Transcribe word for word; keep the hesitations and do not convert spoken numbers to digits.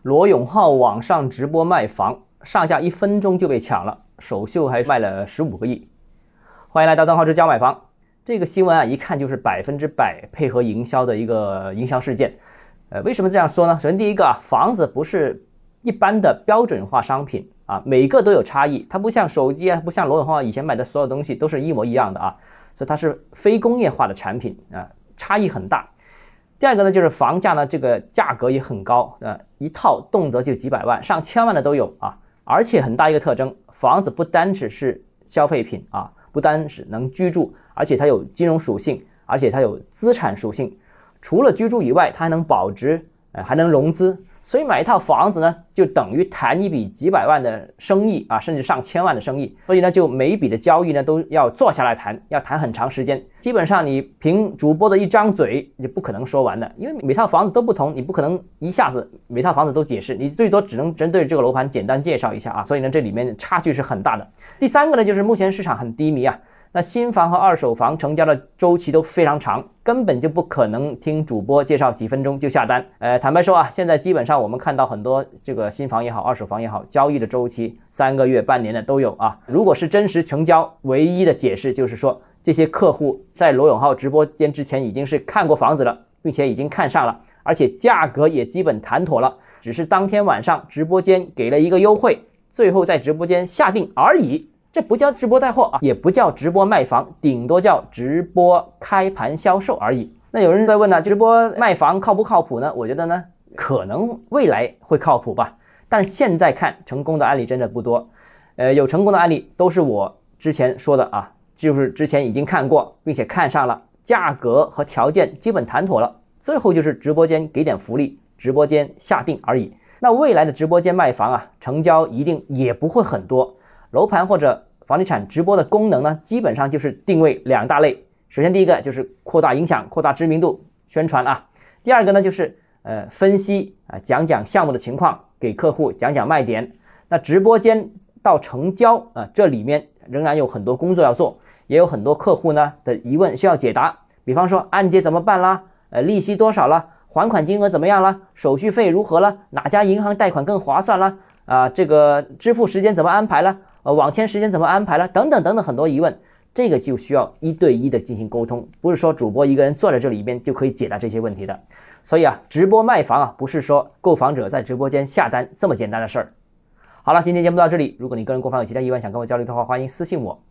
罗永浩网上直播卖房，上架一分钟就被抢了，首秀还卖了十五个亿。欢迎来到邓浩之教买房。这个新闻啊，一看就是百分之百配合营销的一个营销事件。呃，为什么这样说呢？首先第一个啊，房子不是一般的标准化商品啊，每个都有差异，它不像手机啊，不像罗永浩以前买的所有东西都是一模一样的啊，所以它是非工业化的产品啊，差异很大。第二个呢，就是房价呢，这个价格也很高，呃，一套动辄就几百万、上千万的都有啊。而且很大一个特征，房子不单只是消费品啊，不单只能居住，而且它有金融属性，而且它有资产属性。除了居住以外，它还能保值，呃，还能融资。所以买一套房子呢，就等于谈一笔几百万的生意啊，甚至上千万的生意。所以呢，就每一笔的交易呢，都要坐下来谈，要谈很长时间。基本上你凭主播的一张嘴，你就不可能说完的，因为每套房子都不同，你不可能一下子每套房子都解释，你最多只能针对这个楼盘简单介绍一下啊。所以呢，这里面差距是很大的。第三个呢，就是目前市场很低迷啊。那新房和二手房成交的周期都非常长，根本就不可能听主播介绍几分钟就下单。呃，坦白说啊，现在基本上我们看到很多这个新房也好，二手房也好，交易的周期三个月、半年的都有啊。如果是真实成交，唯一的解释就是说，这些客户在罗永浩直播间之前已经是看过房子了，并且已经看上了，而且价格也基本谈妥了，只是当天晚上直播间给了一个优惠，最后在直播间下定而已。这不叫直播带货啊，也不叫直播卖房，顶多叫直播开盘销售而已。那有人在问呢，直播卖房靠不靠谱呢？我觉得呢，可能未来会靠谱吧，但现在看成功的案例真的不多。呃，有成功的案例都是我之前说的啊，就是之前已经看过，并且看上了，价格和条件基本谈妥了，最后就是直播间给点福利，直播间下定而已。那未来的直播间卖房啊，成交一定也不会很多。楼盘或者房地产直播的功能呢，基本上就是定位两大类。首先第一个就是扩大影响、扩大知名度、宣传啊。第二个呢就是呃分析啊，讲讲项目的情况，给客户讲讲卖点。那直播间到成交啊，这里面仍然有很多工作要做，也有很多客户呢的疑问需要解答。比方说按揭怎么办啦？呃，利息多少了？还款金额怎么样了？手续费如何了？哪家银行贷款更划算了？啊，这个支付时间怎么安排了？呃，网签时间怎么安排了？等等等等，很多疑问，这个就需要一对一的进行沟通，不是说主播一个人坐在这里边就可以解答这些问题的。所以啊，直播卖房啊，不是说购房者在直播间下单这么简单的事儿。好了，今天节目到这里，如果你个人购房有其他疑问想跟我交流的话，欢迎私信我。